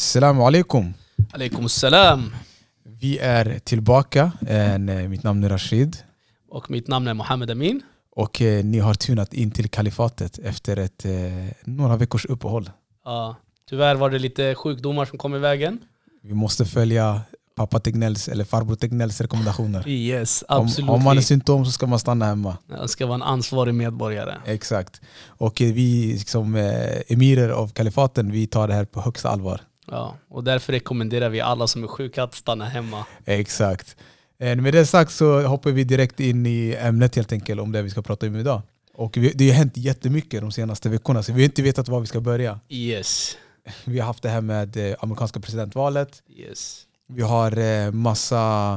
Assalamu alaikum. Alaikum salam. Vi är tillbaka. Mitt namn är Rashid. Och mitt namn är Mohammed Amin. Och ni har tunat in till kalifatet efter några veckors uppehåll. Ja, tyvärr var det lite sjukdomar som kom i vägen. Vi måste följa pappa Tegnells eller farbror Tegnells rekommendationer. Yes, absolut. Om man är symptom så ska man stanna hemma. Man ska vara en ansvarig medborgare. Exakt. Och vi som emirer av kalifaten, vi tar det här på högsta allvar. Ja, och därför rekommenderar vi alla som är sjuka att stanna hemma. Exakt. Med det sagt så hoppar vi direkt in i ämnet helt enkelt om det vi ska prata om idag. Och det har hänt jättemycket de senaste veckorna så vi har inte vetat var vi ska börja. Yes. Vi har haft det här med amerikanska presidentvalet. Yes. Vi har massa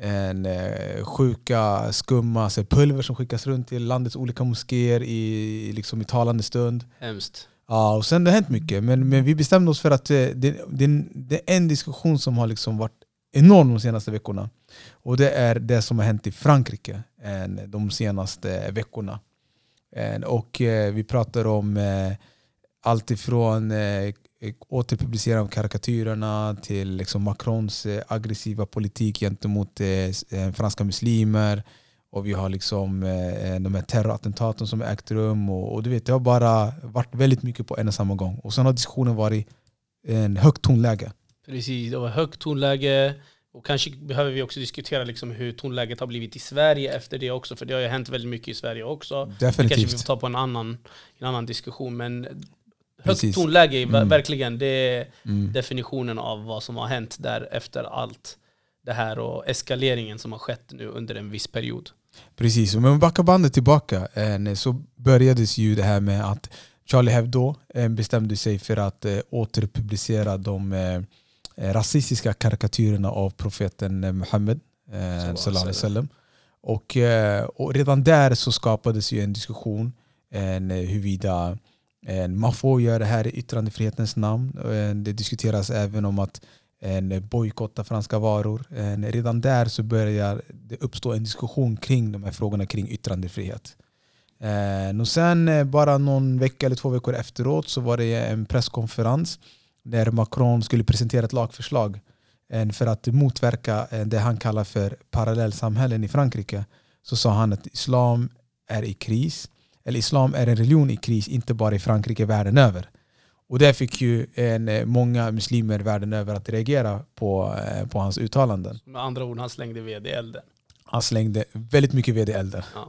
sjuka, skumma pulver som skickas runt till landets olika moskéer i talande stund. Hemskt. Ja, och sen det har hänt mycket. Men vi bestämde oss för att det är en diskussion som har varit enorm de senaste veckorna. Och det är det som har hänt i Frankrike de senaste veckorna. Och vi pratar om allt ifrån återpublicering av karikatyrerna till Macrons aggressiva politik gentemot franska muslimer. Och vi har de här terrorattentaten som har ägt rum. Och du vet, det har bara varit väldigt mycket på en och samma gång. Och sen har diskussionen varit en högt tonläge. Precis, det var högt tonläge. Och kanske behöver vi också diskutera hur tonläget har blivit i Sverige efter det också. För det har ju hänt väldigt mycket i Sverige också. Definitivt. Det kanske vi får ta på en annan diskussion. Men högt tonläge är verkligen det är definitionen av vad som har hänt där efter allt det här och eskaleringen som har skett nu under en viss period. Precis, och om vi backar bandet tillbaka så börjades ju det här med att Charlie Hebdo bestämde sig för att återpublicera de rasistiska karikatyrerna av profeten Muhammed sallallahu alaihi wasallam. Och redan där så skapades ju en diskussion huruvida man får göra det här i yttrandefrihetens namn. Det diskuteras även om att bojkotta franska varor. Redan där så börjar det uppstå en diskussion kring de här frågorna kring yttrandefrihet. Och sen bara någon vecka eller 2 veckor efteråt så var det en presskonferens där Macron skulle presentera ett lagförslag för att motverka det han kallar för parallellsamhällen i Frankrike. Så sa han att islam är i kris. Eller islam är en religion i kris, inte bara i Frankrike, världen över. Och det fick ju många muslimer världen över att reagera på hans uttalanden. Med andra ord, han slängde ved i elden. Han slängde väldigt mycket ved i elden. Ja.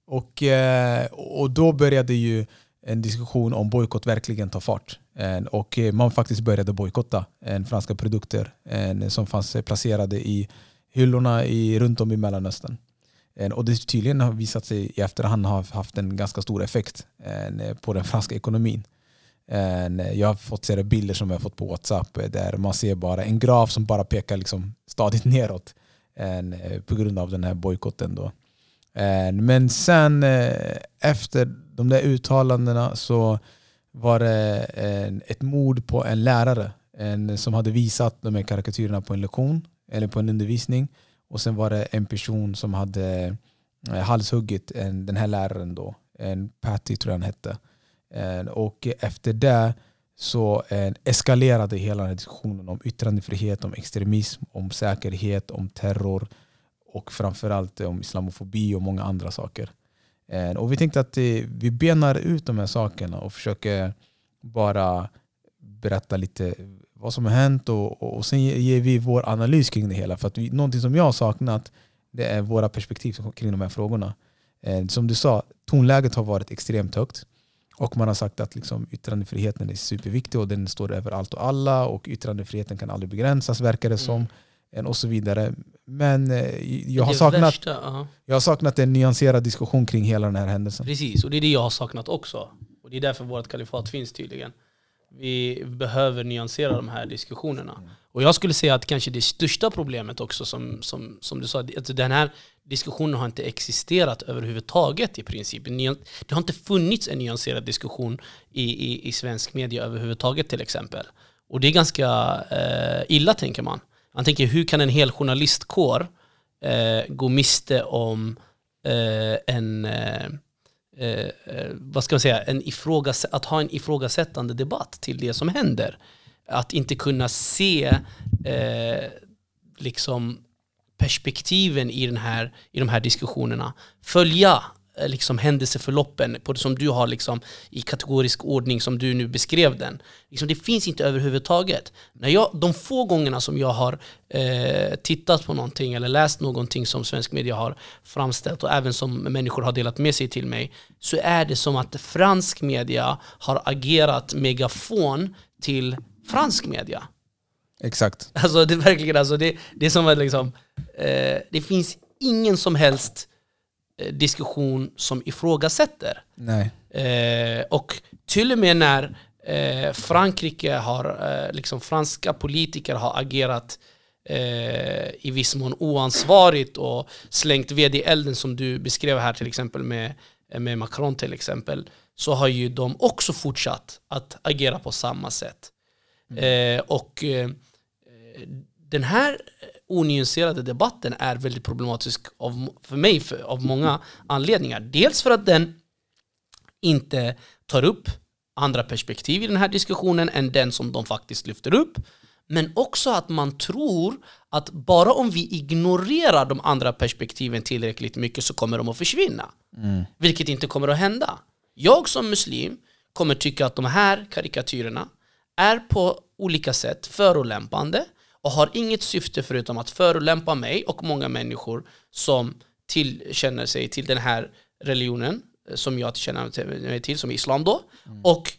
Och då började ju en diskussion om bojkott verkligen ta fart. Och man faktiskt började bojkotta franska produkter som fanns placerade i hyllorna runt om i Mellanöstern. Och det tydligen har visat sig i efterhand ha haft en ganska stor effekt på den franska ekonomin. Jag har fått se bilder som jag har fått på WhatsApp där man ser bara en graf som bara pekar stadigt neråt på grund av den här bojkotten då. Men sen efter de där uttalandena så var det ett mord på en lärare som hade visat de här karikatyrerna på en lektion eller på en undervisning. Och sen var det en person som hade halshuggit den här läraren då. En Patty tror jag han hette. Och efter det så eskalerade hela den här diskussionen om yttrandefrihet, om extremism, om säkerhet, om terror och framförallt om islamofobi och många andra saker. Och vi tänkte att vi benar ut de här sakerna och försöker bara berätta lite vad som har hänt och sen ger vi vår analys kring det hela. För att någonting som jag har saknat, det är våra perspektiv kring de här frågorna. Som du sa, tonläget har varit extremt högt. Och man har sagt att yttrandefriheten är superviktig och den står över allt och alla. Och yttrandefriheten kan aldrig begränsas, verkar det som. Och så vidare. Men jag har saknat en nyanserad diskussion kring hela den här händelsen. Precis, och det är det jag har saknat också. Och det är därför vårt kalifat finns tydligen. Vi behöver nyansera de här diskussionerna. Och jag skulle säga att kanske det största problemet också som du sa, att den här diskussionen har inte existerat överhuvudtaget i princip. Det har inte funnits en nyanserad diskussion i svensk media överhuvudtaget till exempel. Och det är ganska illa, tänker man. Man tänker, hur kan en hel journalistkår gå miste om vad ska man säga, att ha en ifrågasättande debatt till det som händer. att inte kunna se liksom perspektiven i de här diskussionerna, följa liksom händelseförloppen på det som du har liksom i kategorisk ordning som du nu beskrev den. Liksom det finns inte överhuvudtaget. De få gångerna som jag har tittat på någonting eller läst någonting som svensk media har framställt och även som människor har delat med sig till mig, så är det som att fransk media har agerat megafon till fransk media. Exakt. Alltså det är verkligen, alltså det är som att liksom, det finns ingen som helst diskussion som ifrågasätter. Nej. Och till och med när Frankrike har, liksom franska politiker har agerat i viss mån oansvarigt och slängt ved i elden som du beskrev här till exempel med Macron till exempel, så har ju de också fortsatt att agera på samma sätt. Och den här onyanserade debatten är väldigt problematisk för mig av många anledningar. Dels för att den inte tar upp andra perspektiv i den här diskussionen än den som de faktiskt lyfter upp. Men också att man tror att bara om vi ignorerar de andra perspektiven tillräckligt mycket så kommer de att försvinna. Vilket inte kommer att hända. Jag som muslim kommer tycka att de här karikatyrerna är på olika sätt förolämpande och har inget syfte förutom att förolämpa mig och många människor som känner sig till den här religionen som jag känner mig till, som islam då. Och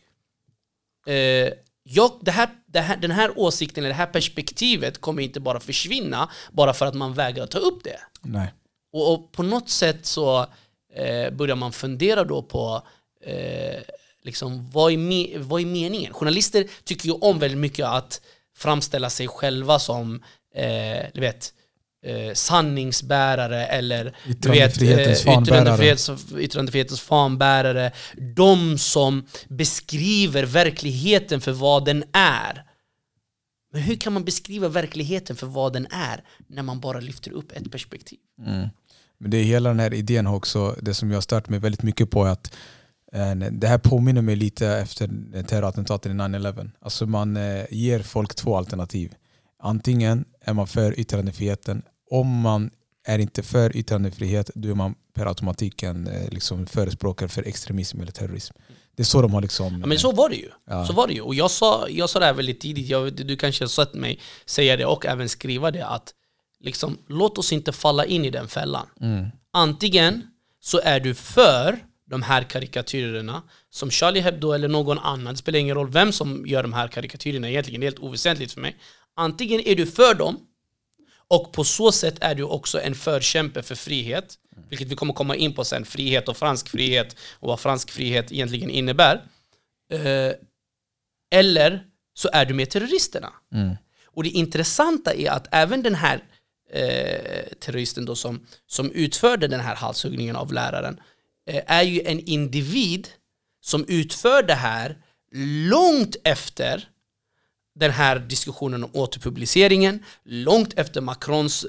den här åsikten, det här perspektivet kommer inte bara försvinna bara för att man vägrar ta upp det. Nej. Och på något sätt så börjar man fundera då på liksom, vad är meningen? Journalister tycker ju om väldigt mycket att framställa sig själva som du vet, sanningsbärare eller yttrandefrihetens fanbärare, de som beskriver verkligheten för vad den är. Men hur kan man beskriva verkligheten för vad den är när man bara lyfter upp ett perspektiv? Men det är hela den här idén också, det som jag har stört mig väldigt mycket på, att det här påminner mig lite efter terrorattentaten i 9/11. Alltså man ger folk två alternativ. Antingen är man för yttrandefriheten. Om man är inte för yttrandefrihet, då är man per automatiken liksom förespråkare för extremism eller terrorism. Det är så de har liksom... Ja, men så var det ju. Ja. Så var det ju. Och jag sa det här väldigt tidigt. Du kanske har sett mig säga det och även skriva det, att liksom, låt oss inte falla in i den fällan. Antingen så är du för de här karikatyrerna som Charlie Hebdo eller någon annan, det spelar ingen roll vem som gör de här karikatyrerna, egentligen helt oväsentligt för mig. Antingen är du för dem, och på så sätt är du också en förkämpe för frihet, vilket vi kommer komma in på sen, frihet och fransk frihet och vad fransk frihet egentligen innebär. Eller så är du med terroristerna. Och det intressanta är att även den här terroristen då som utförde den här halshuggningen av läraren är ju en individ som utför det här långt efter den här diskussionen om återpubliceringen, långt efter Macrons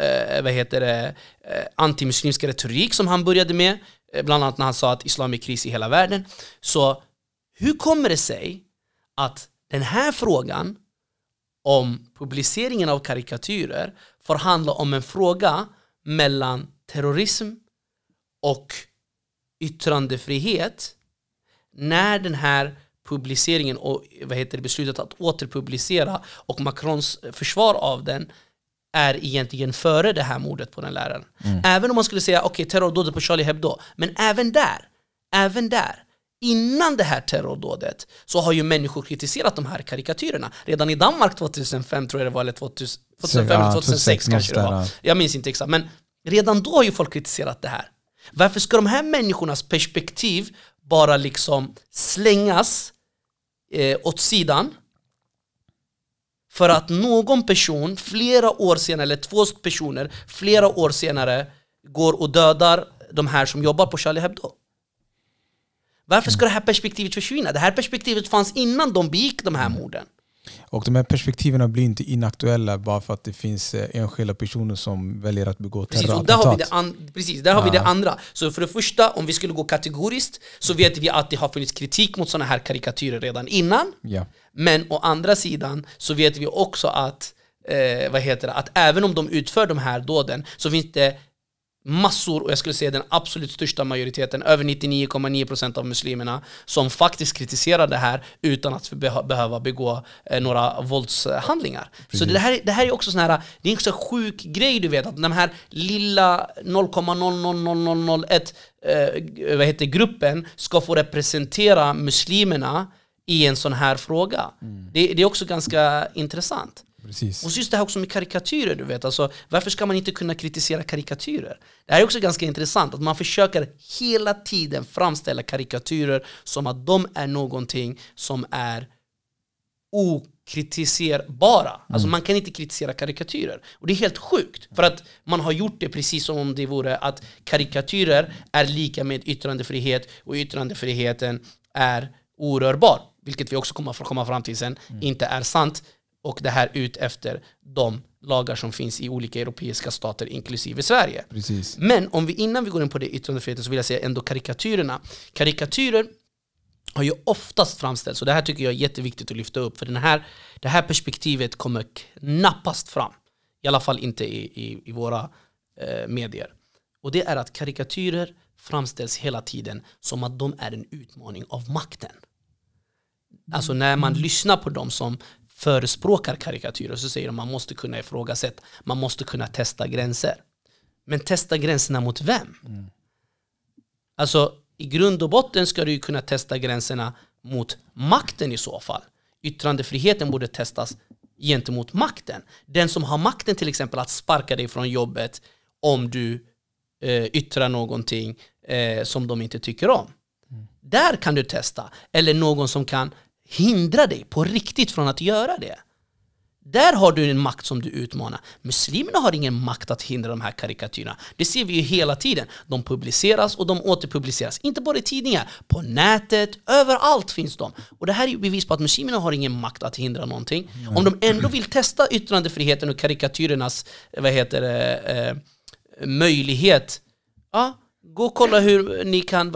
antimuslimska retorik som han började med, bland annat när han sa att islam är kris i hela världen. Så hur kommer det sig att den här frågan om publiceringen av karikatyrer får handla om en fråga mellan terrorism och yttrandefrihet, när den här publiceringen och beslutet att återpublicera och Macrons försvar av den är egentligen före det här mordet på den läraren. Även om man skulle säga okej, terrordådet på Charlie Hebdo, men även där innan det här terrordådet så har ju människor kritiserat de här karikatyrerna. Redan i Danmark 2005 tror jag det var, eller 2006 kanske det var. Jag minns inte exakt, men redan då har ju folk kritiserat det här. Varför ska de här människornas perspektiv bara liksom slängas åt sidan för att någon person flera år senare, eller två personer flera år senare går och dödar de här som jobbar på Charlie Hebdo? Varför ska det här perspektivet försvinna? Det här perspektivet fanns innan de begick de här morden. Och de här perspektiven blir inte inaktuella bara för att det finns enskilda personer som väljer att begå terrorattentat. Precis, där har vi det andra. Så för det första, om vi skulle gå kategoriskt, så vet vi att det har funnits kritik mot sådana här karikatyrer redan innan. Ja. Men å andra sidan så vet vi också att att även om de utför de här dåden, så finns det massor, och jag skulle säga den absolut största majoriteten, över 99,9% av muslimerna, som faktiskt kritiserar det här utan att behöva begå några våldshandlingar. Precis. Så det här är också sån här, det är en så sjuk grej, du vet, att den här lilla 0,00001 gruppen ska få representera muslimerna i en sån här fråga. Det är också ganska intressant. Precis. Och just det här också med karikatyrer, du vet, alltså, varför ska man inte kunna kritisera karikatyrer? Det här är också ganska intressant, att man försöker hela tiden framställa karikatyrer som att de är någonting som är okritiserbara. Alltså man kan inte kritisera karikatyrer. Och det är helt sjukt, för att man har gjort det precis som om det vore att karikatyrer är lika med yttrandefrihet, och yttrandefriheten är orörbar, vilket vi också kommer att komma fram till sen, inte är sant. Och det här ut efter de lagar som finns i olika europeiska stater, inklusive Sverige. Precis. Men innan vi går in på det yttrandefriheten, så vill jag säga ändå karikatyrerna. Karikatyrer har ju oftast framställts, och det här tycker jag är jätteviktigt att lyfta upp, för det här perspektivet kommer knappast fram. I alla fall inte i våra medier. Och det är att karikatyrer framställs hela tiden som att de är en utmaning av makten. Alltså när man lyssnar på dem som förespråkar karikatyrer, så säger de att man måste kunna ifrågasätta, man måste kunna testa gränser. Men testa gränserna mot vem? Alltså i grund och botten ska du ju kunna testa gränserna mot makten i så fall. Yttrandefriheten borde testas gentemot makten. Den som har makten, till exempel att sparka dig från jobbet om du yttrar någonting som de inte tycker om. Där kan du testa. Eller någon som kan hindra dig på riktigt från att göra det. Där har du en makt som du utmanar. Muslimerna har ingen makt att hindra de här karikatyrerna. Det ser vi ju hela tiden. De publiceras och de återpubliceras. Inte bara i tidningar, på nätet, överallt finns de. Och det här är ju bevis på att muslimerna har ingen makt att hindra någonting. Om de ändå vill testa yttrandefriheten och karikatyrernas möjlighet, gå och kolla hur ni kan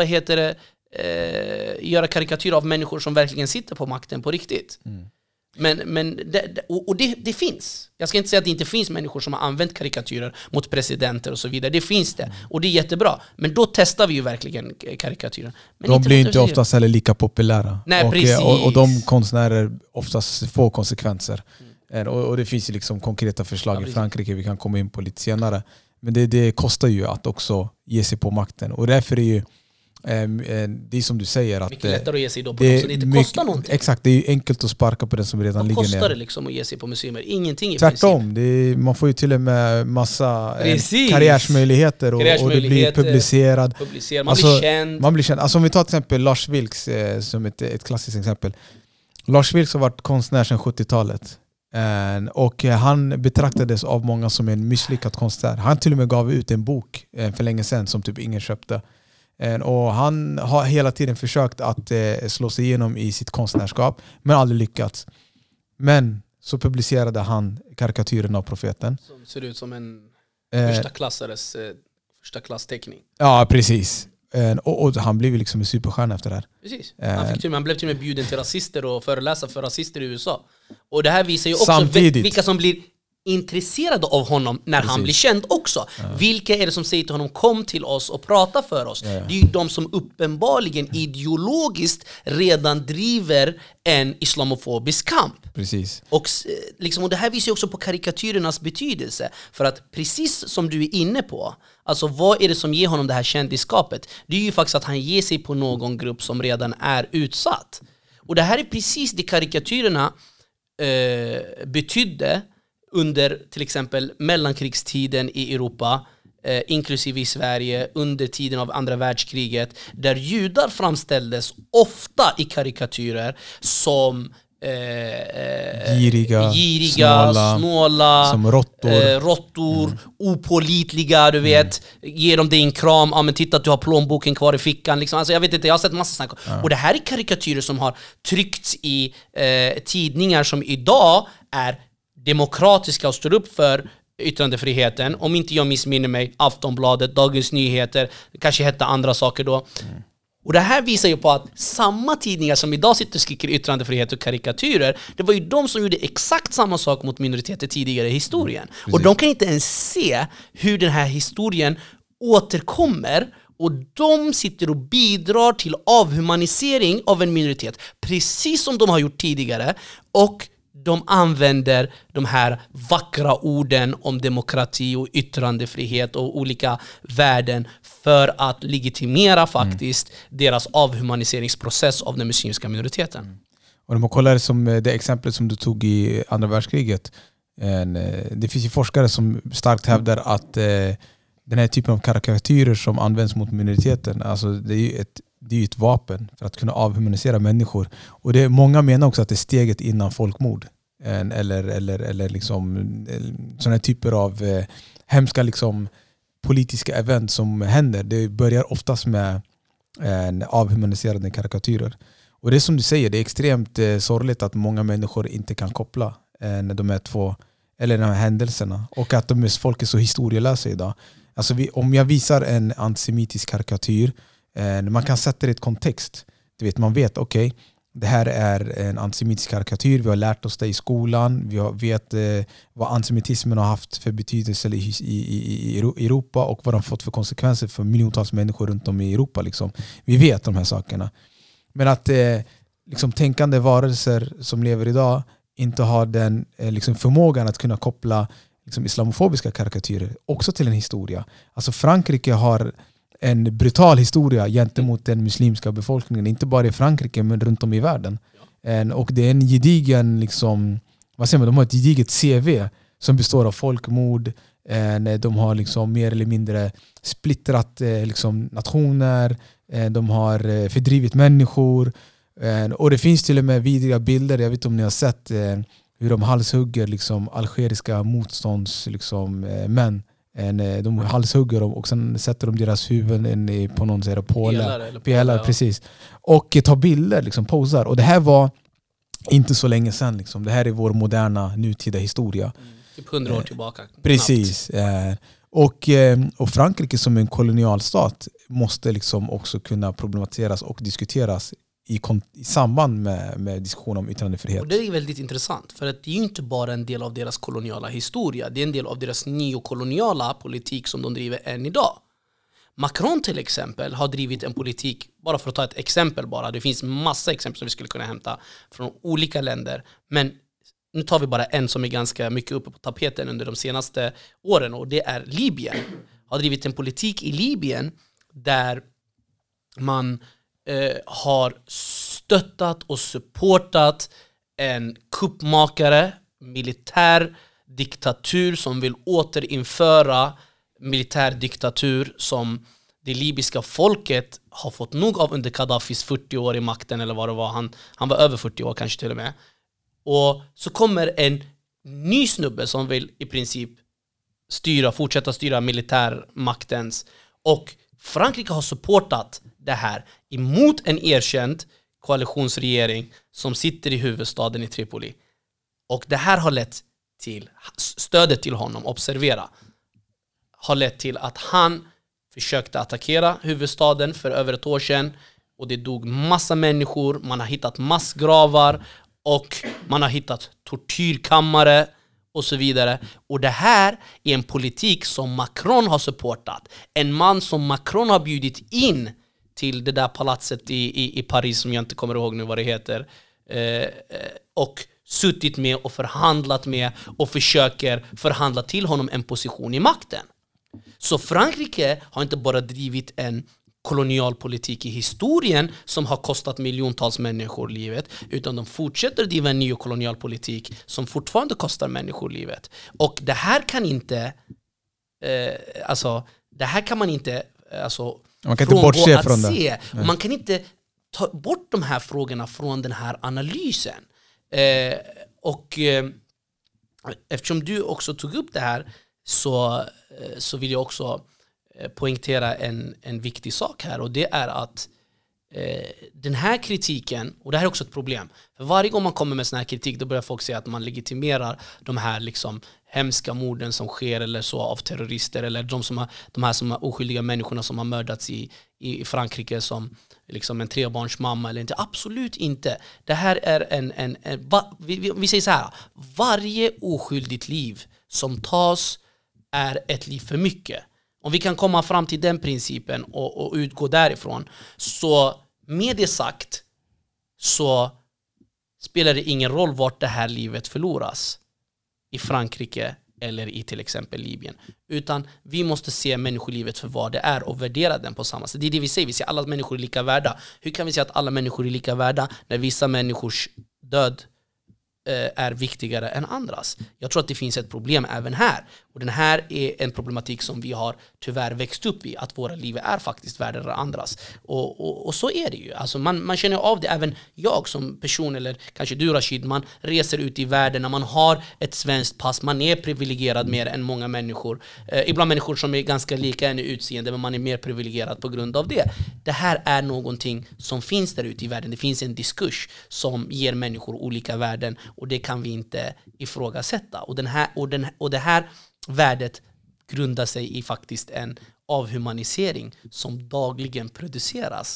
göra karikatyrer av människor som verkligen sitter på makten på riktigt. Men det finns. Jag ska inte säga att det inte finns människor som har använt karikatyrer mot presidenter och så vidare. Det finns det. Och det är jättebra. Men då testar vi ju verkligen karikatyrer. Men de blir inte oftast heller lika populära. Nej, och de konstnärer oftast får konsekvenser. Och det finns ju liksom konkreta förslag i Frankrike vi kan komma in på lite senare. Men det kostar ju att också ge sig på makten. Och därför är ju det är som du säger att mycket lättare att ge sig då på dem som inte kostar någonting. Exakt, det är enkelt att sparka på den som redan ligger ner. Vad kostar det liksom att ge sig på muslimer? Ingenting i tvärtom, man får ju till och med massa karriärsmöjligheter och det blir publicerad. Man blir känd. Man blir känd. Alltså om vi tar till exempel Lars Vilks som ett klassiskt exempel. Lars Vilks har varit konstnär sedan 70-talet. Och han betraktades av många som en misslyckad konstnär. Han till och med gav ut en bok för länge sedan som typ ingen köpte. Och han har hela tiden försökt att slå sig igenom i sitt konstnärskap, men aldrig lyckats. Men så publicerade han karikatyren av profeten. Som ser ut som en första klassteckning. Ja, precis. Och han blev liksom en superstjärna efter det här. Precis. Han blev till och med bjuden till rasister och föreläsa för rasister i USA. Och det här visar ju också vilka som blir intresserade av honom när han blir känd också. Vilka är det som säger till honom kom till oss och prata för oss? Det är ju de som uppenbarligen ideologiskt redan driver en islamofobisk kamp. Precis. Och det här visar ju också på karikatyrernas betydelse. För att precis som du är inne på, alltså vad är det som ger honom det här kändisskapet? Det är ju faktiskt att han ger sig på någon grupp som redan är utsatt. Och det här är precis det karikatyrerna betydde under till exempel mellankrigstiden i Europa, inklusive i Sverige, under tiden av andra världskriget, där judar framställdes ofta i karikatyrer som giriga, snåla som råttor, opålitliga, du vet, ger dem dig en kram, men titta att du har plånboken kvar i fickan liksom. Alltså jag vet inte, jag har sett massa snack. Och det här är karikatyrer som har tryckts i tidningar som idag är demokratiska och står upp för yttrandefriheten. Om inte jag missminner mig, Aftonbladet, Dagens Nyheter, det kanske hette andra saker då. Och det här visar ju på att samma tidningar som idag sitter och skriker yttrandefrihet och karikatyrer, det var ju de som gjorde exakt samma sak mot minoriteter tidigare i historien. Och de kan inte ens se hur den här historien återkommer, och de sitter och bidrar till avhumanisering av en minoritet, precis som de har gjort tidigare, och de använder de här vackra orden om demokrati och yttrandefrihet och olika värden för att legitimera faktiskt deras avhumaniseringsprocess av den muslimska minoriteten. Och om man kollar som det exemplet som du tog i andra världskriget, det finns ju forskare som starkt hävdar att den här typen av karikatyrer som används mot minoriteten, alltså det är ju ett vapen för att kunna avhumanisera människor. Och många menar också att det är steget innan folkmord. Eller liksom sådana typer av hemska liksom politiska event som händer. Det börjar oftast med avhumaniserade karikatyrer. Och det är som du säger, det är extremt sorgligt att många människor inte kan koppla de här händelserna. Och att folk är så historielösa idag. Alltså om jag visar en antisemitisk karikatyr, man kan sätta det i ett kontext. Du vet, man vet, okej, det här är en antisemitisk karikatyr, vi har lärt oss det i skolan, vi vet vad antisemitismen har haft för betydelse i Europa och vad de har fått för konsekvenser för miljontals människor runt om i Europa. Liksom. Vi vet de här sakerna. Men att liksom, tänkande varelser som lever idag inte har den liksom, förmågan att kunna koppla liksom, islamofobiska karikatyrer också till en historia. Alltså Frankrike har en brutal historia gentemot den muslimska befolkningen, inte bara i Frankrike men runt om i världen. Och det är en gedigen liksom, vad säger man, de har ett gediget CV som består av folkmord. De har liksom mer eller mindre splittrat liksom nationer. De har fördrivit människor. Och det finns till och med vidriga bilder, jag vet inte om ni har sett hur de halshugger liksom algeriska motstånds liksom, män. De halshugger dem och sen sätter de deras huvuden på någon pelare, precis. Och tar bilder, liksom, posar. Och det här var inte så länge sedan. Liksom. Det här är vår moderna, nutida historia. Typ 100 år tillbaka. Precis. Och Frankrike som en kolonialstat måste liksom också kunna problematiseras och diskuteras i samband med diskussion om yttrandefrihet. Och det är väldigt intressant, för att det är ju inte bara en del av deras koloniala historia, det är en del av deras neokoloniala politik som de driver än idag. Macron till exempel har drivit en politik, bara för att ta ett exempel bara, det finns massa exempel som vi skulle kunna hämta från olika länder, men nu tar vi bara en som är ganska mycket uppe på tapeten under de senaste åren, och det är Libyen. Har drivit en politik i Libyen där man har stöttat och supportat en kuppmakare, militär diktatur som vill återinföra militär diktatur som det libyska folket har fått nog av under Gaddafis 40 år i makten, eller vad det var. Han var över 40 år kanske till och med. Och så kommer en ny snubbe som vill i princip fortsätta styra militärmaktens, och Frankrike har supportat det här emot en erkänd koalitionsregering som sitter i huvudstaden i Tripoli. Och det här har lett till, stödet till honom, observera, har lett till att han försökte attackera huvudstaden för över ett år sedan, och det dog massa människor, man har hittat massgravar och man har hittat tortyrkammare och så vidare. Och det här är en politik som Macron har supportat. En man som Macron har bjudit in till det där palatset i Paris som jag inte kommer ihåg nu vad det heter. Och suttit med och förhandlat med och försöker förhandla till honom en position i makten. Så Frankrike har inte bara drivit en kolonialpolitik i historien som har kostat miljontals människor livet, utan de fortsätter driva en neokolonialpolitik som fortfarande kostar människor livet. Och det här kan inte man kan inte bortse från det. Och man kan inte ta bort de här frågorna från den här analysen. Eftersom du också tog upp det här så vill jag också poängtera en viktig sak här, och det är att den här kritiken, och det här är också ett problem, för varje gång man kommer med sån här kritik då börjar folk säga att man legitimerar de här liksom hemska morden som sker eller så av terrorister, eller de här som är oskyldiga människorna som har mördats i Frankrike som liksom en 3-barnsmamma eller inte. Absolut inte. Det här är vi säger så här: varje oskyldigt liv som tas är ett liv för mycket. Om vi kan komma fram till den principen och utgå därifrån, så med det sagt så spelar det ingen roll vart det här livet förloras, i Frankrike eller i till exempel Libyen, utan vi måste se människolivet för vad det är och värdera den på samma sätt. Det är det vi säger, vi ser alla människor är lika värda. Hur kan vi säga att alla människor är lika värda när vissa människors död är viktigare än andras? Jag tror att det finns ett problem även här, och den här är en problematik som vi har tyvärr växt upp i, att våra liv är faktiskt värre än andras, och så är det ju. Alltså man känner av det, även jag som person, eller kanske du Rashid, man reser ut i världen, när man har ett svenskt pass, man är privilegierad mer än många människor, ibland människor som är ganska lika en i utseende, men man är mer privilegierad på grund av det. Det här är någonting som finns där ute i världen. Det finns en diskurs som ger människor olika värden, och det kan vi inte ifrågasätta. Och det här värdet grundar sig i faktiskt en avhumanisering som dagligen produceras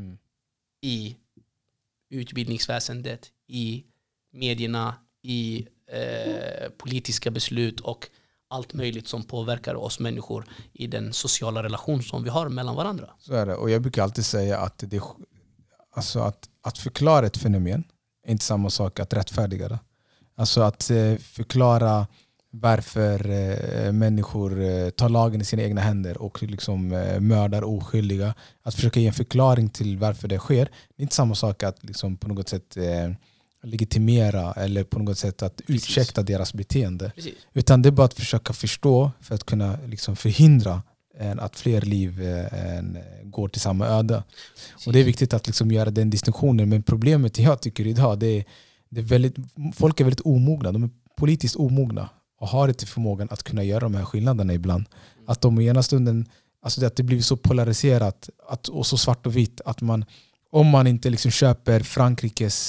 i utbildningsväsendet, i medierna, i politiska beslut och allt möjligt som påverkar oss människor i den sociala relation som vi har mellan varandra. Så är det. Och jag brukar alltid säga att att förklara ett fenomen är inte samma sak att rättfärdiga det. Alltså att förklara varför människor tar lagen i sina egna händer och liksom mördar oskyldiga. Att försöka ge en förklaring till varför det sker. Det är inte samma sak att liksom på något sätt legitimera eller på något sätt att ursäkta deras beteende. Precis. Utan det är bara att försöka förstå för att kunna liksom förhindra att fler liv går till samma öde. Och det är viktigt att liksom göra den distinktionen. Men problemet jag tycker idag, det är folk är väldigt omogna. De är politiskt omogna och har inte förmågan att kunna göra de här skillnaderna ibland. Att de i ena stunden, alltså att det blir så polariserat och så svart och vitt att om man inte liksom köper Frankrikes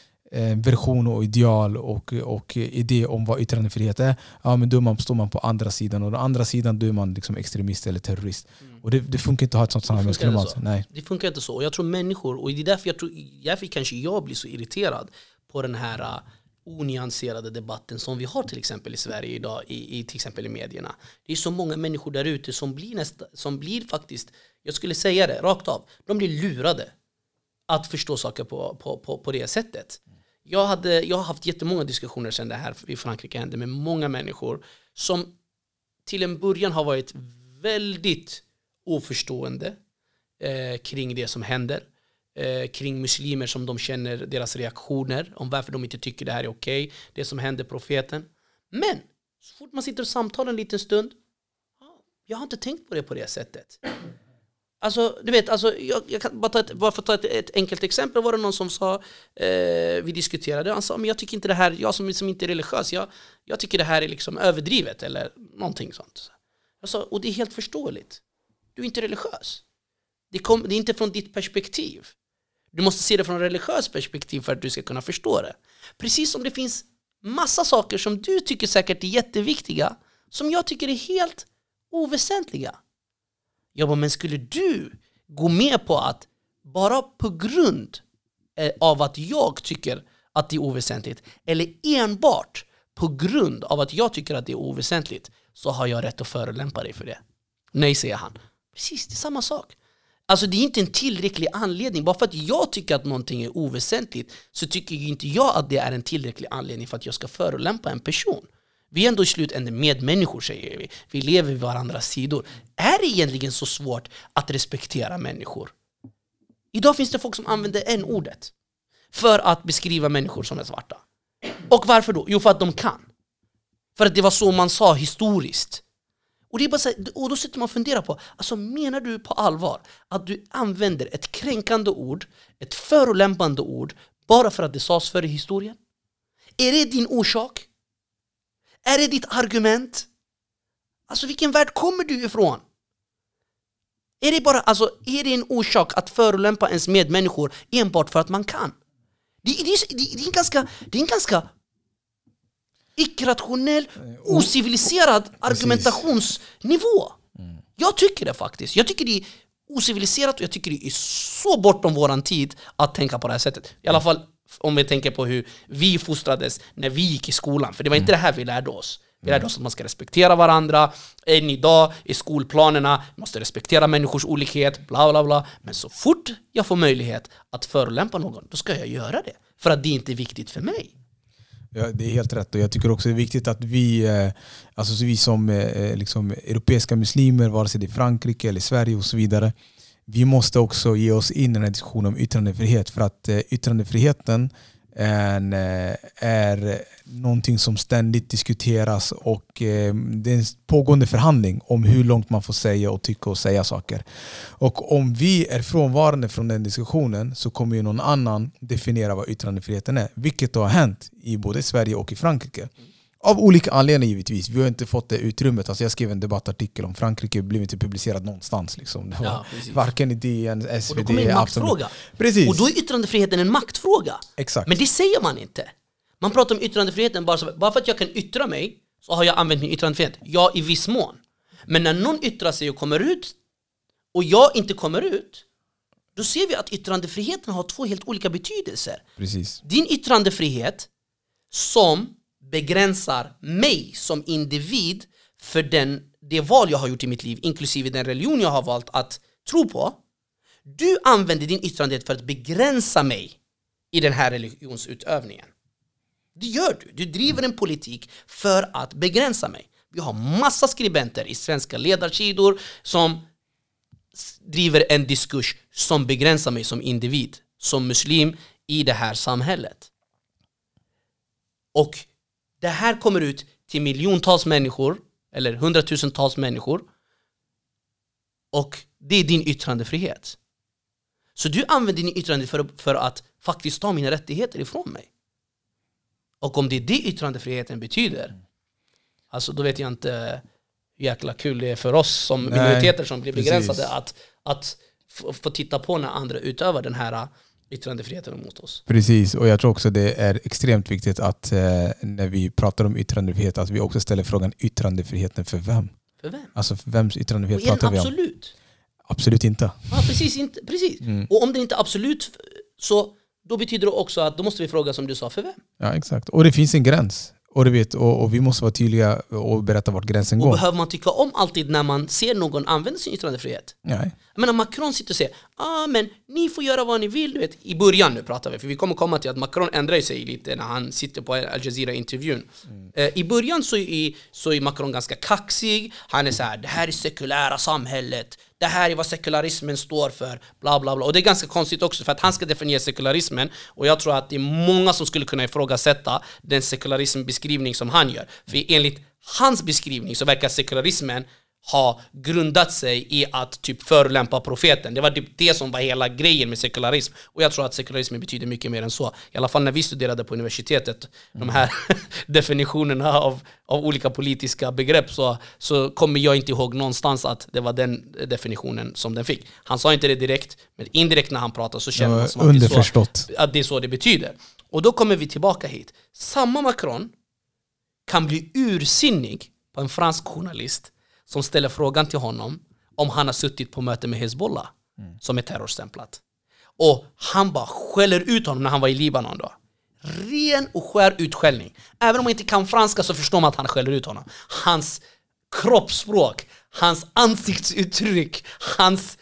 version och ideal och idé om vad yttrandefrihet är, ja, men då står man på andra sidan, och den andra sidan då är man liksom extremist eller terrorist. Och det funkar inte att ha ett sånt samhällsklimat. Nej. Det funkar inte så. Och jag tror människor, och det är därför kanske jag blir så irriterad på den här onyanserade debatten som vi har till exempel i Sverige idag, i till exempel i medierna. Det är så många människor där ute som blir faktiskt, jag skulle säga det rakt av, de blir lurade att förstå saker på det sättet. Jag har haft jättemånga diskussioner sedan det här i Frankrike hände med många människor som till en början har varit väldigt oförstående kring det som händer, kring muslimer som de känner deras reaktioner om varför de inte tycker det här är okej, det som händer profeten. Men så fort man sitter och samtalar en liten stund, jag har inte tänkt på det på det sättet. Alltså, du vet, alltså, jag kan bara för att ta ett enkelt exempel, var det någon som sa, vi diskuterade, han sa, men jag tycker inte det här, jag som inte är religiös, jag tycker det här är liksom överdrivet eller någonting sånt. Jag sa, och det är helt förståeligt. Du är inte religiös. Det är inte från ditt perspektiv. Du måste se det från religiös perspektiv för att du ska kunna förstå det. Precis som det finns massa saker som du tycker säkert är jätteviktiga, som jag tycker är helt oväsentliga. Ja, men skulle du gå med på att bara på grund av att jag tycker att det är oväsentligt, eller enbart på grund av att jag tycker att det är oväsentligt, så har jag rätt att förolämpa dig för det? Nej, säger han. Precis, det är samma sak. Alltså det är inte en tillräcklig anledning. Bara för att jag tycker att någonting är oväsentligt, så tycker ju inte jag att det är en tillräcklig anledning för att jag ska förolämpa en person. Vi är ändå i slutändan medmänniskor, säger vi. Vi lever vid varandras sidor. Är det egentligen så svårt att respektera människor? Idag finns det folk som använder n-ordet för att beskriva människor som är svarta. Och varför då? Jo, för att de kan. För att det var så man sa historiskt. Och, det är bara så här, och då sitter man och funderar på, alltså menar du på allvar att du använder ett kränkande ord, ett förolämpande ord, bara för att det sades för i historien? Är det din orsak? Är det ditt argument? Alltså vilken värld kommer du ifrån? Är det en orsak att förolämpa ens medmänniskor enbart för att man kan? Det är en ganska icke-rationell, ociviliserad argumentationsnivå. Jag tycker det faktiskt. Jag tycker det är ociviliserat och jag tycker det är så bortom våran tid att tänka på det här sättet. I alla fall om vi tänker på hur vi fostrades när vi gick i skolan. För det var inte det här vi lärde oss. Vi lärde oss att man ska respektera varandra. Än idag i skolplanerna måste respektera människors olikhet, bla bla bla. Men så fort jag får möjlighet att förolämpa någon, då ska jag göra det. För att det inte är viktigt för mig. Ja, det är helt rätt. Och jag tycker också det är viktigt att vi som liksom europeiska muslimer, vare sig det är Frankrike eller Sverige och så vidare, vi måste också ge oss in i den här diskussionen om yttrandefrihet. För att yttrandefriheten är någonting som ständigt diskuteras och det är en pågående förhandling om hur långt man får säga och tycka och säga saker. Och om vi är frånvarande från den diskussionen så kommer ju någon annan definiera vad yttrandefriheten är. Vilket har hänt i både Sverige och i Frankrike. Av olika anledningar givetvis. Vi har inte fått det utrymmet. Alltså jag skrev en debattartikel om Frankrike, blev inte publicerad någonstans. Liksom. Det var varken i DN, SvD, och då kommer en maktfråga. Precis. Och då är yttrandefriheten en maktfråga. Exakt. Men det säger man inte. Man pratar om yttrandefriheten bara för att jag kan yttra mig så har jag använt min yttrandefrihet. Ja, i viss mån. Men när någon yttrar sig och kommer ut och jag inte kommer ut, då ser vi att yttrandefriheten har två helt olika betydelser. Precis. Din yttrandefrihet som begränsar mig som individ för det val jag har gjort i mitt liv, inklusive den religion jag har valt att tro på. Du använder din yttrandefrihet för att begränsa mig i den här religionsutövningen. Det gör du. Du driver en politik för att begränsa mig. Vi har massa skribenter i svenska ledarsidor som driver en diskurs som begränsar mig som individ, som muslim i det här samhället. Och det här kommer ut till miljontals människor eller hundratusentals människor och det är din yttrandefrihet. Så du använder din yttrandefrihet för att faktiskt ta mina rättigheter ifrån mig. Och om det är det yttrandefriheten betyder, alltså då vet jag inte hur jäkla kul det är för oss som minoriteter som blir begränsade att få titta på när andra utövar den här yttrandefriheten mot oss. Precis, och jag tror också det är extremt viktigt att när vi pratar om yttrandefrihet att vi också ställer frågan yttrandefriheten för vem? För vem? Alltså för vems yttrandefrihet pratar vi om? Absolut. Absolut inte. Ja, precis. Och om det inte är absolut så då betyder det också att då måste vi fråga som du sa för vem? Ja, exakt. Och det finns en gräns. Och vi måste vara tydliga och berätta vart gränsen går. Och behöver man tycka om alltid när man ser någon använda sin yttrandefrihet? Nej. Jag menar, Macron sitter och säger men ni får göra vad ni vill, du vet. I början nu pratar vi, för vi kommer komma till att Macron ändrar sig lite när han sitter på Al Jazeera-intervjun. I början så är Macron ganska kaxig. Han är så här: det här är sekulära samhället. Det här är vad sekularismen står för, bla bla bla. Och det är ganska konstigt också för att han ska definiera sekularismen. Och jag tror att det är många som skulle kunna ifrågasätta den sekularismbeskrivning som han gör. För enligt hans beskrivning så verkar sekularismen ha grundat sig i att typ förolämpa profeten. Det var typ det som var hela grejen med sekularism. Och jag tror att sekularismen betyder mycket mer än så. I alla fall när vi studerade på universitetet, de här definitionerna av olika politiska begrepp, så kommer jag inte ihåg någonstans att det var den definitionen som den fick. Han sa inte det direkt, men indirekt när han pratar så känner man som att det är så det betyder. Och då kommer vi tillbaka hit. Samma Macron kan bli ursinnig på en fransk journalist som ställer frågan till honom om han har suttit på möte med Hezbollah som är terrorstämplat. Och han bara skäller ut honom när han var i Libanon då. Ren och skär utskällning. Även om man inte kan franska så förstår man att han skäller ut honom. Hans kroppsspråk, hans ansiktsuttryck, hans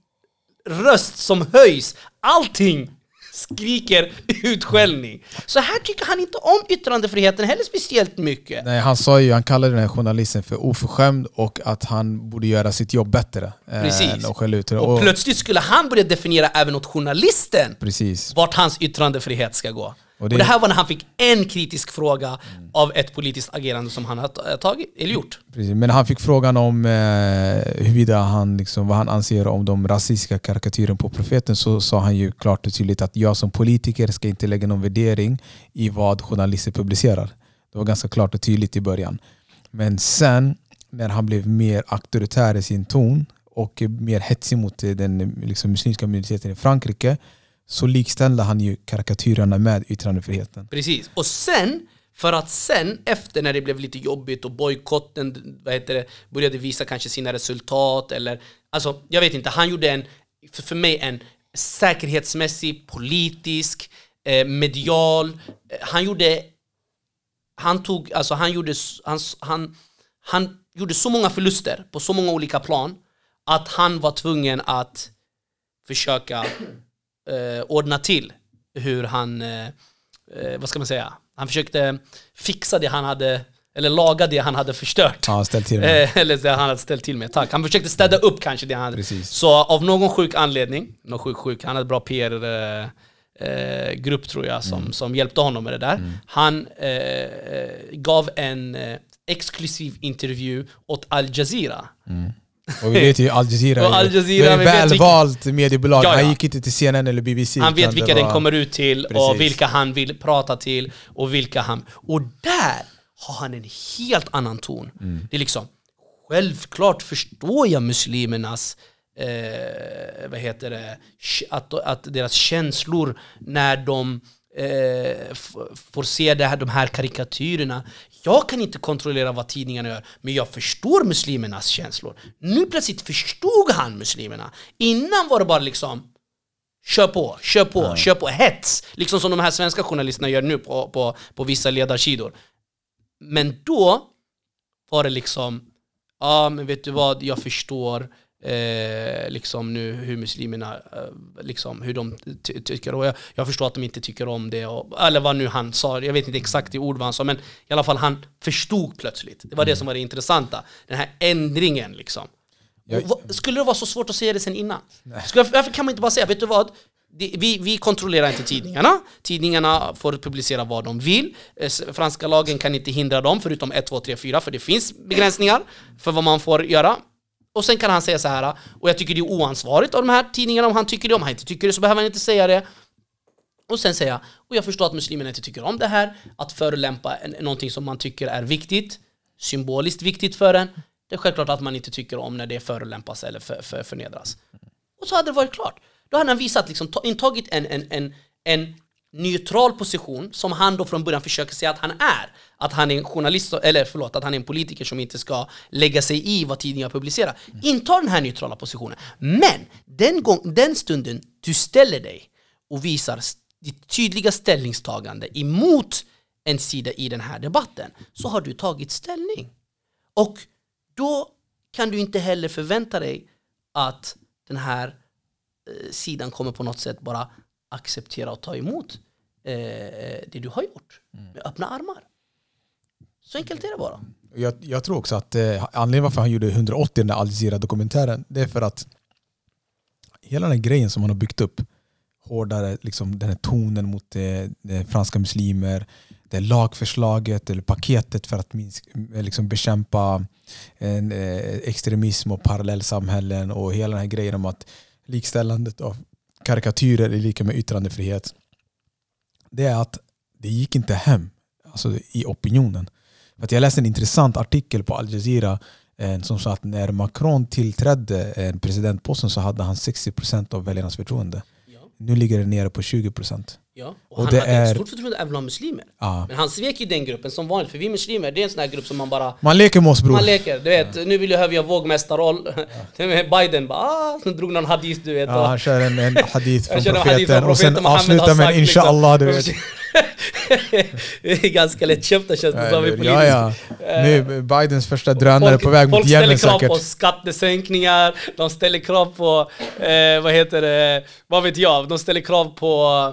röst som höjs, allting skriker utskällning. Så här tycker han inte om yttrandefriheten heller speciellt mycket. Nej, han kallade den här journalisten för oförskämd och att han borde göra sitt jobb bättre. Precis. Och plötsligt skulle han börja definiera även åt journalisten. Precis. Vart hans yttrandefrihet ska gå. Och det här var när han fick en kritisk fråga av ett politiskt agerande som han har tagit eller gjort. Precis. Men han fick frågan om huruvida han, liksom, vad han anser om de rasistiska karikatyren på profeten, så sa han ju klart och tydligt att jag som politiker ska inte lägga någon värdering i vad journalister publicerar. Det var ganska klart och tydligt i början. Men sen när han blev mer auktoritär i sin ton och mer hetsig mot den liksom, muslimska minoriteten i Frankrike, så likställde han ju karikatyrerna med yttrandefriheten. Precis. Och sen, för att sen efter när det blev lite jobbigt och bojkotten började visa kanske sina resultat, eller alltså jag vet inte, han gjorde för mig en säkerhetsmässig, politisk, medial, han gjorde så många förluster på så många olika plan att han var tvungen att försöka ordna till hur han, vad ska man säga, han försökte fixa det han hade, eller laga det han hade förstört. Ja, ställt till med. Eller det han hade ställt till med, tack. Han försökte städa upp kanske det han hade. Precis. Så av någon sjuk anledning, han hade bra PR-grupp tror jag som hjälpte honom med det där. Han gav en exklusiv intervju åt Al Jazeera. Och vi vet ju Al Jazeera är välvalt mediebolag. Ja. Han gick inte till CNN eller BBC. Han vet vilka den kommer ut till. Precis. Och vilka han vill prata till och vilka han... Och där har han en helt annan ton. Det är liksom, självklart förstår jag muslimernas att deras känslor när de får se de här karikatyrerna. Jag kan inte kontrollera vad tidningarna gör, men jag förstår muslimernas känslor. Nu plötsligt förstod han muslimerna. Innan var det bara liksom kör på, hets. Liksom som de här svenska journalisterna gör nu på vissa ledarsidor. Men då var det liksom, men vet du vad, jag förstår liksom nu hur muslimerna liksom hur de tycker, och jag förstår att de inte tycker om det, eller vad nu han sa, jag vet inte exakt i ord vad han sa, men i alla fall han förstod plötsligt. Det var det som var det intressanta, den här ändringen liksom. Skulle det vara så svårt att säga det sen innan? Varför kan man inte bara säga, vet du vad, vi kontrollerar inte tidningarna. Tidningarna får publicera vad de vill. Franska lagen kan inte hindra dem förutom 1, 2, 3, 4, för det finns begränsningar för vad man får göra. Och sen kan han säga så här, och jag tycker det är oansvarigt av de här tidningarna om han tycker det. Om han inte tycker det så behöver han inte säga det. Och sen säga, och jag förstår att muslimerna inte tycker om det här, att förolämpa någonting som man tycker är viktigt, symboliskt viktigt för en. Det är självklart att man inte tycker om när det förolämpas eller förnedras. Och så hade det varit klart. Då hade han visat, liksom, intagit en neutral position som han då från början försöker säga att han är. Att han är en journalist, att han är en politiker som inte ska lägga sig i vad tidningar publicerar. Inta den här neutrala positionen. Men den stunden du ställer dig och visar ditt tydliga ställningstagande emot en sida i den här debatten, så har du tagit ställning. Och då kan du inte heller förvänta dig att den här sidan kommer på något sätt bara acceptera och ta emot det du har gjort med öppna armar. Så enkelt är det bara. Jag tror också att anledningen varför han gjorde 180 den där Al Jazeera-dokumentären, det är för att hela den här grejen som han har byggt upp, hårdare, liksom, den här tonen mot franska muslimer, det lagförslaget eller paketet för att liksom bekämpa extremism och parallellsamhällen, och hela den här grejen om att likställandet av karikatyrer är lika med yttrandefrihet. Det är att det gick inte hem, alltså i opinionen. För att jag läste en intressant artikel på Al Jazeera som sa att när Macron tillträdde presidentposten så hade han 60% av väljarnas förtroende. Ja. Nu ligger det nere på 20%. Ja, och han hade ett stort förtroende även bland muslimer. Ja. Men han svek ju den gruppen som vanligt, för vi muslimer, det är en sån här grupp som man bara... Man leker med oss, bror. Man leker, du vet, nu vill jag höra vågmästarroll. Biden bara, sen drog någon hadith, du vet. Ja, han kör en hadith från profeten och sen avslutar med inshallah, du vet. Det är ganska lätt köpta, känns det som i politisk. Ja. Nu Bidens första drönare på väg mot Jemen säkert. Folk ställer krav på skattesänkningar, de ställer krav på, vad vet jag, de ställer krav på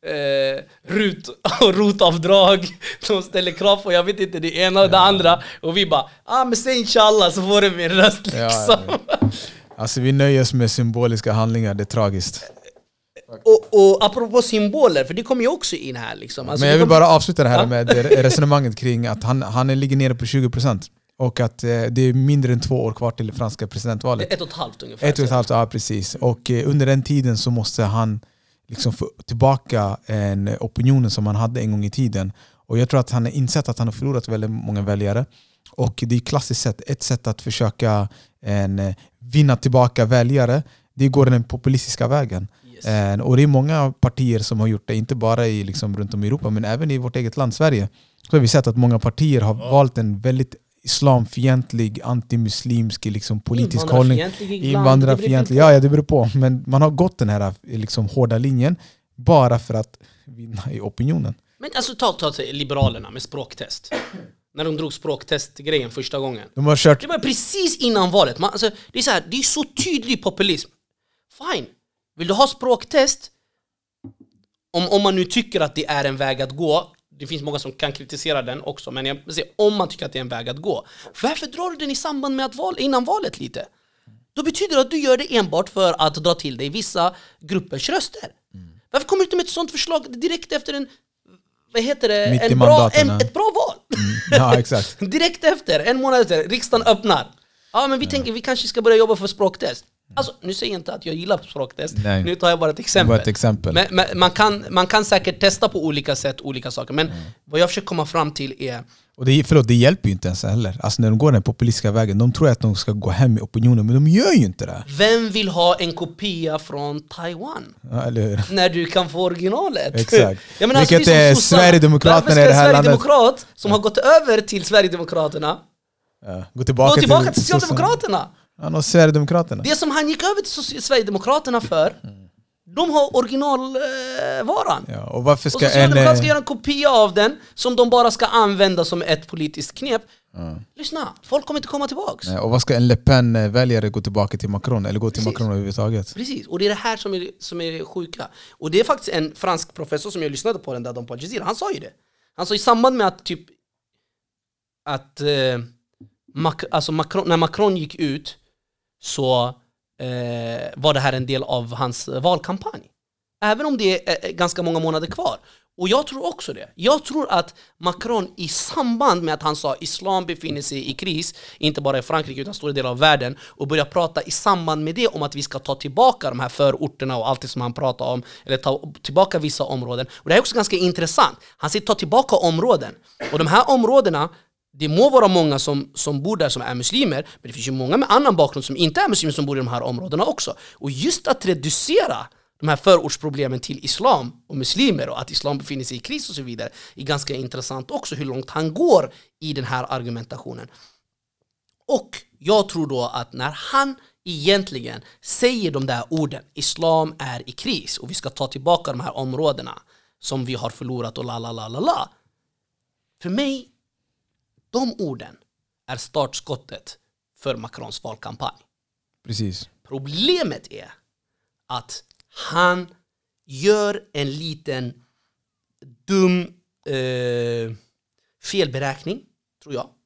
RUT och ROT-avdrag, de ställer krav på, jag vet inte, det ena och det andra, och vi bara, men säg inshallah så får det min röst liksom. Alltså vi nöjer oss med symboliska handlingar, det är tragiskt. Och apropå symboler, för det kommer ju också in här liksom. Alltså, men jag vill bara avsluta det här med resonemanget kring att han ligger nere på 20%. Och att det är mindre än 2 år kvar till det franska presidentvalet. 1,5 ungefär. 1,5, ja precis. Och under den tiden så måste han liksom få tillbaka opinionen som han hade en gång i tiden. Och jag tror att han har insett att han har förlorat väldigt många väljare. Och det är klassiskt ett sätt att försöka vinna tillbaka väljare. Det går den populistiska vägen. Yes. Och det är många partier som har gjort det, inte bara liksom runt om i Europa men även i vårt eget land Sverige. Så har vi sett att många partier har valt en väldigt islamfientlig, antimuslimsk liksom, politisk hållning. Invandrarfientlig, ja det beror på. Men man har gått den här liksom, hårda linjen bara för att vinna i opinionen. Men alltså ta Liberalerna med språktest. När de drog språktestgrejen första gången. De har kört... Det var precis innan valet. Alltså, det är så tydlig populism. Fine. Vill du ha språktest? Om man nu tycker att det är en väg att gå. Det finns många som kan kritisera den också. Men jag säger, om man tycker att det är en väg att gå. Varför drar du den i samband med innan valet lite? Då betyder det att du gör det enbart för att dra till dig vissa gruppers röster. Varför kommer du inte med ett sånt förslag direkt efter en... Vad heter det? Ett bra val. Ja, exakt. Direkt efter, en månad efter, riksdagen öppnar. Ja, men vi tänker vi kanske ska börja jobba för språktest. Alltså, nu säger jag inte att jag gillar språktest. Nej. Nu tar jag bara ett exempel. Men man kan säkert testa på olika sätt, olika saker. Men vad jag försöker komma fram till är... Och det hjälper ju inte ens heller. Alltså när de går den populistiska vägen, de tror att de ska gå hem i opinionen, men de gör ju inte det. Vem vill ha en kopia från Taiwan? Ja, eller hur? När du kan få originalet. Exakt. Jag menar, vilket är Sverigedemokraterna i det här landet. Sverigedemokrat som har gått över till Sverigedemokraterna. Gå tillbaka till Socialdemokraterna. Ja, och Sverigedemokraterna. Det som han gick över till Sverigedemokraterna för, de har originalvaran. Ja, och varför ska Socialdemokraterna ska göra en kopia av den som de bara ska använda som ett politiskt knep. Lyssna, folk kommer inte komma tillbaka. Nej, och vad ska en Le Pen-väljare gå tillbaka till Macron? Eller gå till Macron överhuvudtaget? Precis, och det är det här som är sjuka. Och det är faktiskt en fransk professor som jag lyssnade på den där på Al Jazeera. Han sa ju det. Han sa i samband med att Macron, när Macron gick ut så var det här en del av hans valkampanj. Även om det är ganska många månader kvar. Och jag tror också det. Jag tror att Macron i samband med att han sa islam befinner sig i kris, inte bara i Frankrike utan stora delar av världen, och börja prata i samband med det om att vi ska ta tillbaka de här förorterna och allt det som han pratar om, eller ta tillbaka vissa områden. Och det är också ganska intressant. Han säger ta tillbaka områden. Och de här områdena, det må vara många som bor där som är muslimer, men det finns ju många med annan bakgrund som inte är muslimer som bor i de här områdena också. Och just att reducera de här förortsproblemen till islam och muslimer och att islam befinner sig i kris och så vidare är ganska intressant också hur långt han går i den här argumentationen. Och jag tror då att när han egentligen säger de där orden, islam är i kris och vi ska ta tillbaka de här områdena som vi har förlorat och la. För mig, de orden är startskottet för Macrons valkampanj. Precis. Problemet är att han gör en liten dum felberäkning, tror jag.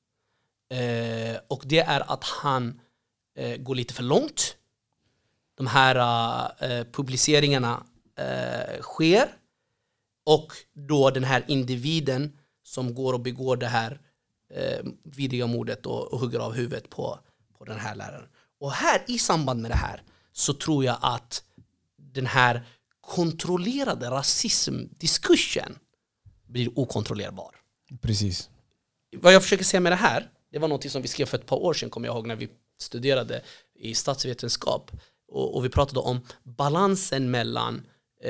Och det är att han går lite för långt. De här publiceringarna sker. Och då den här individen som går och begår det här vidriga mordet och hugger av huvudet på den här läraren. Och här i samband med det här så tror jag att den här kontrollerade rasismdiskursen blir okontrollerbar. Precis. Vad jag försöker säga med det här, det var något som vi skrev för ett par år sedan, kommer jag ihåg, när vi studerade i statsvetenskap. Och vi pratade om balansen mellan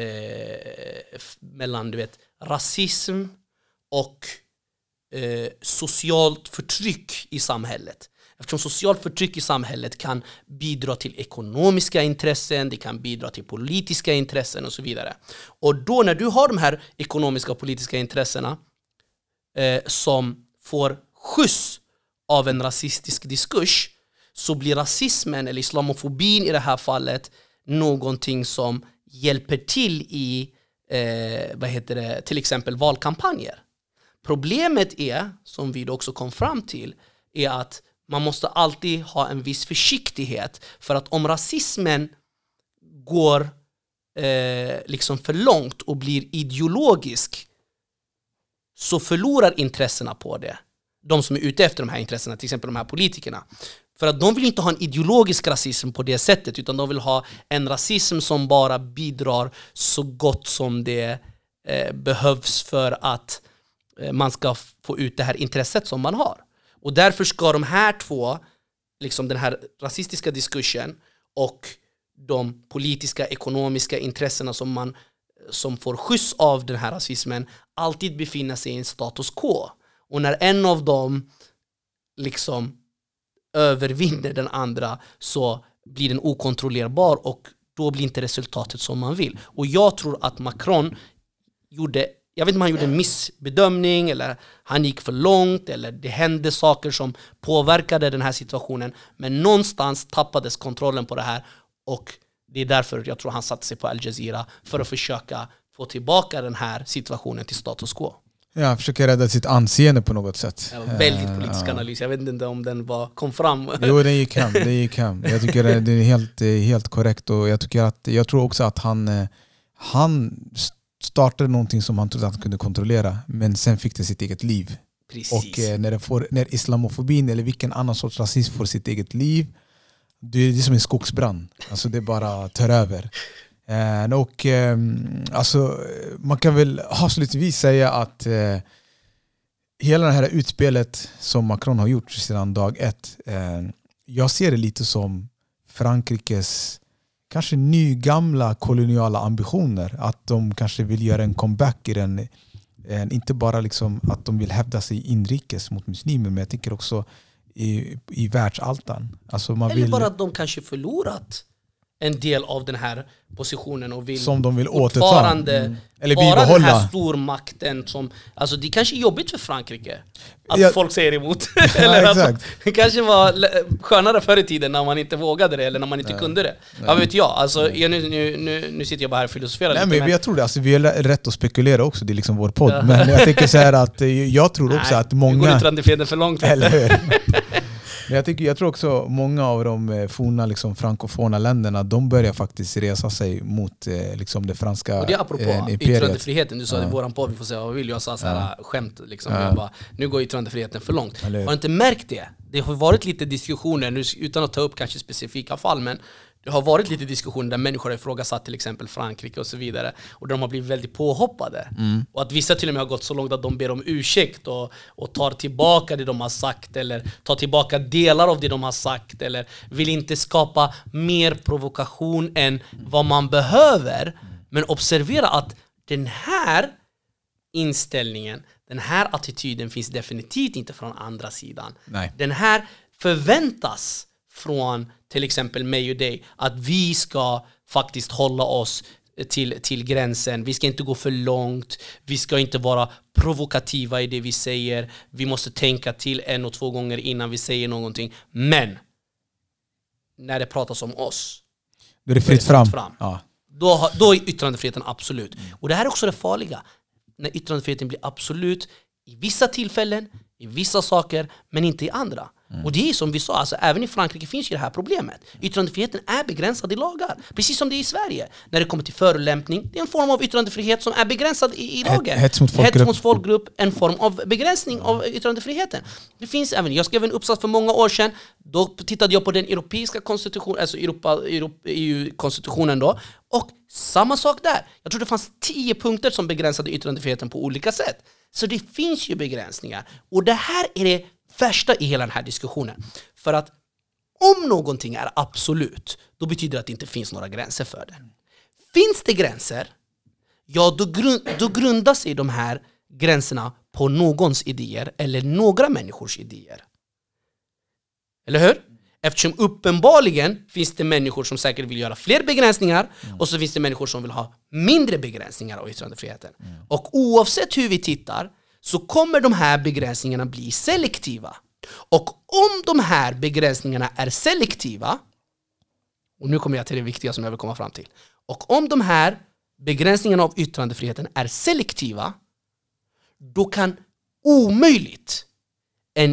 du vet, rasism och socialt förtryck i samhället. Eftersom socialt förtryck i samhället kan bidra till ekonomiska intressen, det kan bidra till politiska intressen och så vidare. Och då när du har de här ekonomiska och politiska intressena som får skjuts av en rasistisk diskurs, så blir rasismen eller islamofobin i det här fallet någonting som hjälper till i till exempel valkampanjer. Problemet är, som vi då också kom fram till, är att man måste alltid ha en viss försiktighet, för att om rasismen går liksom för långt och blir ideologisk, så förlorar intressena på det. De som är ute efter de här intressena, till exempel de här politikerna. För att de vill inte ha en ideologisk rasism på det sättet, utan de vill ha en rasism som bara bidrar så gott som det behövs för att man ska få ut det här intresset som man har. Och därför ska de här två, liksom den här rasistiska diskursen och de politiska, ekonomiska intressena som får skjuts av den här rasismen, alltid befinna sig i en status quo. Och när en av dem liksom övervinner den andra, så blir den okontrollerbar och då blir inte resultatet som man vill. Och jag tror att Macron gjorde, jag vet inte om han gjorde en missbedömning eller han gick för långt eller det hände saker som påverkade den här situationen, men någonstans tappades kontrollen på det här, och det är därför jag tror han satte sig på Al Jazeera för att försöka få tillbaka den här situationen till status quo. Ja, försöker rädda sitt anseende på något sätt. Väldigt politisk analys. Jag vet inte om den kom fram. Jo, den gick hem. Jag tycker det är helt korrekt. Och jag tror också att han startade någonting som han trodde att han kunde kontrollera, men sen fick det sitt eget liv. Precis. Och när islamofobin eller vilken annan sorts rasism får sitt eget liv, det är som en skogsbrand. Alltså det bara tar över. Alltså, man kan väl avslutningsvis säga att hela det här utspelet som Macron har gjort sedan dag ett, jag ser det lite som Frankrikes kanske nygamla koloniala ambitioner, att de kanske vill göra en comeback i den, inte bara liksom att de vill hävda sig inrikes mot muslimer, men jag tänker också i världsaltan. Alltså eller bara att de kanske förlorat en del av den här positionen och vill som de vill fortfarande eller vara bibehålla den här stormakten som, alltså det kanske är jobbigt för Frankrike att folk säger emot. Eller att det kanske var skönare förr i tiden när man inte vågade det eller när man inte kunde det. Ja, vet jag. Alltså, nu sitter jag bara här och filosoferar lite. Men jag tror det. Alltså, vi är rätt att spekulera också. Det är liksom vår podd. Men jag tänker så här att jag tror också att många... Nu går yttrandefriheten för långt. Eller hur? Men jag tror också många av de forna liksom, frankofona länderna, de börjar faktiskt resa sig mot liksom, det franska och det är apropå yttrandefriheten. Du sa det i våran podd, vi får säga vad vi vill. Jag sa så här skämt. Liksom. Jag bara, nu går yttrandefriheten för långt. Har du inte märkt det? Det har varit lite diskussioner, nu, utan att ta upp kanske specifika fall, men det har varit lite diskussioner där människor har ifrågasatt till exempel Frankrike och så vidare, och de har blivit väldigt påhoppade. Och att vissa till och med har gått så långt att de ber om ursäkt och tar tillbaka det de har sagt, eller tar tillbaka delar av det de har sagt, eller vill inte skapa mer provokation än vad man behöver. Men observera att den här inställningen, den här attityden finns definitivt inte från andra sidan. Nej. Den här förväntas från till exempel mig och dig, att vi ska faktiskt hålla oss till gränsen. Vi ska inte gå för långt. Vi ska inte vara provokativa i det vi säger. Vi måste tänka till 1 och 2 gånger innan vi säger någonting. Men när det pratas om oss, då är det fritt fram. Ja. Då är yttrandefriheten absolut. Och det här är också det farliga. När yttrandefriheten blir absolut i vissa tillfällen, i vissa saker, men inte i andra. Och det är som vi sa, alltså, även i Frankrike finns ju det här problemet. Yttrandefriheten är begränsad i lagar. Precis som det är i Sverige. När det kommer till förolämpning, det är en form av yttrandefrihet som är begränsad i lagen. Hets mot folkgrupp, en form av begränsning av yttrandefriheten. Det finns även, jag skrev en uppsats för många år sedan. Då tittade jag på den europeiska konstitutionen, alltså EU-konstitutionen då. Och samma sak där. Jag tror det fanns 10 punkter som begränsade yttrandefriheten på olika sätt. Så det finns ju begränsningar. Och det här är det värsta i hela den här diskussionen. För att om någonting är absolut, då betyder det att det inte finns några gränser för det. Finns det gränser, ja då grundar sig de här gränserna på någons idéer eller några människors idéer. Eller hur? Eftersom uppenbarligen finns det människor som säkert vill göra fler begränsningar, och så finns det människor som vill ha mindre begränsningar av yttrandefriheten. Och oavsett hur vi tittar så kommer de här begränsningarna bli selektiva. Och om de här begränsningarna är selektiva, och nu kommer jag till det viktiga som jag vill komma fram till. Och om de här begränsningarna av yttrandefriheten är selektiva, då kan omöjligt en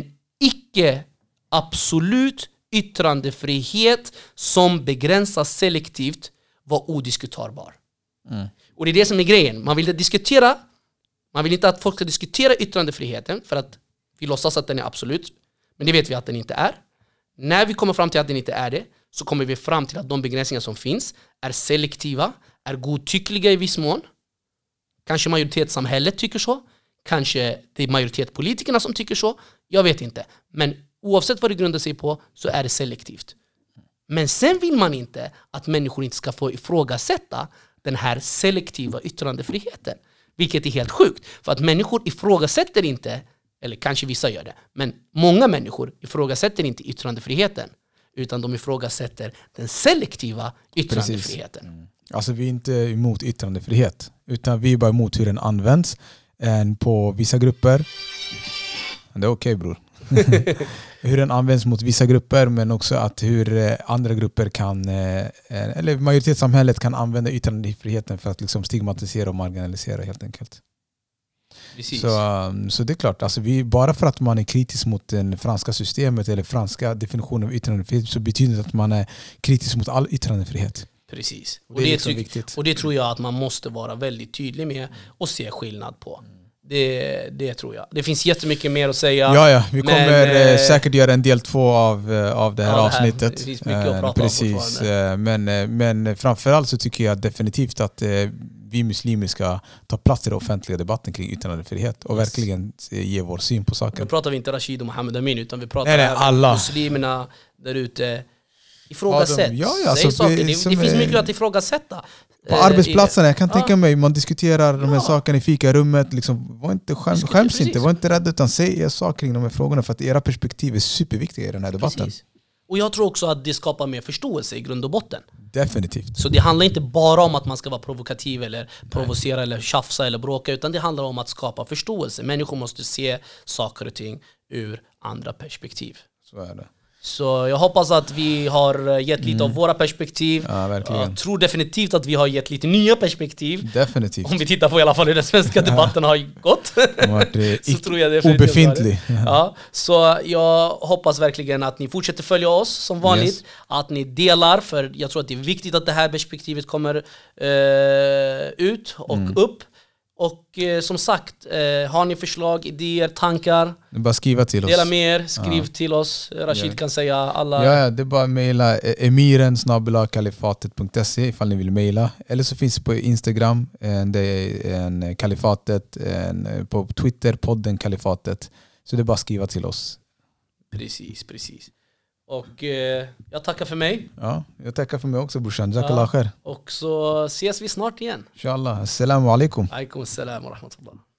icke-absolut yttrandefrihet som begränsas selektivt vara odiskutabel. Och det är det som är grejen. Man vill inte att folk ska diskutera yttrandefriheten för att vi låtsas att den är absolut. Men det vet vi att den inte är. När vi kommer fram till att den inte är det, så kommer vi fram till att de begränsningar som finns är selektiva, är godtyckliga i viss mån. Kanske majoritetssamhället tycker så. Kanske det är majoritetspolitikerna som tycker så. Jag vet inte. Men oavsett vad det grundar sig på så är det selektivt. Men sen vill man inte att människor inte ska få ifrågasätta den här selektiva yttrandefriheten. Vilket är helt sjukt. För att människor ifrågasätter inte, eller kanske vissa gör det, men många människor ifrågasätter inte yttrandefriheten. Utan de ifrågasätter den selektiva yttrandefriheten. Alltså vi är inte emot yttrandefrihet. Utan vi är bara emot hur den används på vissa grupper. Det är okej, bror. Hur den används mot vissa grupper, men också att hur andra grupper kan, eller majoritetssamhället kan använda yttrandefriheten för att liksom stigmatisera och marginalisera helt enkelt. Så det är klart, alltså bara för att man är kritisk mot det franska systemet eller franska definitionen av yttrandefrihet så betyder det att man är kritisk mot all yttrandefrihet. Precis. Och det är liksom viktigt. Och det tror jag att man måste vara väldigt tydlig med och se skillnad på. Det tror jag. Det finns jättemycket mer att säga. Ja, vi kommer säkert göra en del 2 av det här avsnittet. Det finns mycket att prata precis. om. Men framförallt så tycker jag definitivt att vi muslimer ska ta plats i den offentliga debatten kring yttrandefrihet och verkligen ge vår syn på saken. Nu pratar vi inte Rashid och Mohammed Amin, utan vi pratar alla muslimerna där ute. Ifrågasätt. Alltså, saker. Det finns mycket att ifrågasätta. På arbetsplatserna, jag kan tänka mig, man diskuterar de här sakerna i fikarummet. Liksom, skäms inte, var inte rädd, utan säg er sak kring de här frågorna, för att era perspektiv är superviktiga i den här debatten. Precis. Och jag tror också att det skapar mer förståelse i grund och botten. Definitivt. Så det handlar inte bara om att man ska vara provokativ eller provocera eller tjafsa eller bråka, utan det handlar om att skapa förståelse. Människor måste se saker och ting ur andra perspektiv. Så är det. Så jag hoppas att vi har gett lite av våra perspektiv. Ja, verkligen. Jag tror definitivt att vi har gett lite nya perspektiv. Definitivt. Om vi tittar på i alla fall hur den svenska debatten har gått. Så tror jag definitivt obefintlig. Ja, så jag hoppas verkligen att ni fortsätter följa oss som vanligt. Yes. Att ni delar, för jag tror att det är viktigt att det här perspektivet kommer ut och upp. Och som sagt, har ni förslag, idéer, tankar, bara skriva till oss. Dela med er, skriv till oss. Rashid kan säga alla. Ja, det är bara att mejla emiren@kalifatet.se ifall ni vill mejla. Eller så finns det på Instagram, det är en Kalifatet, på Twitter, podden Kalifatet. Så det är bara att skriva till oss. Precis. Och jag tackar för mig. Ja, jag tackar för mig också, brorsan. Jazakallah khair. Och så ses vi snart igen. Inshallah. Assalamu alaikum. Alaikum assalam wa rahmatullah.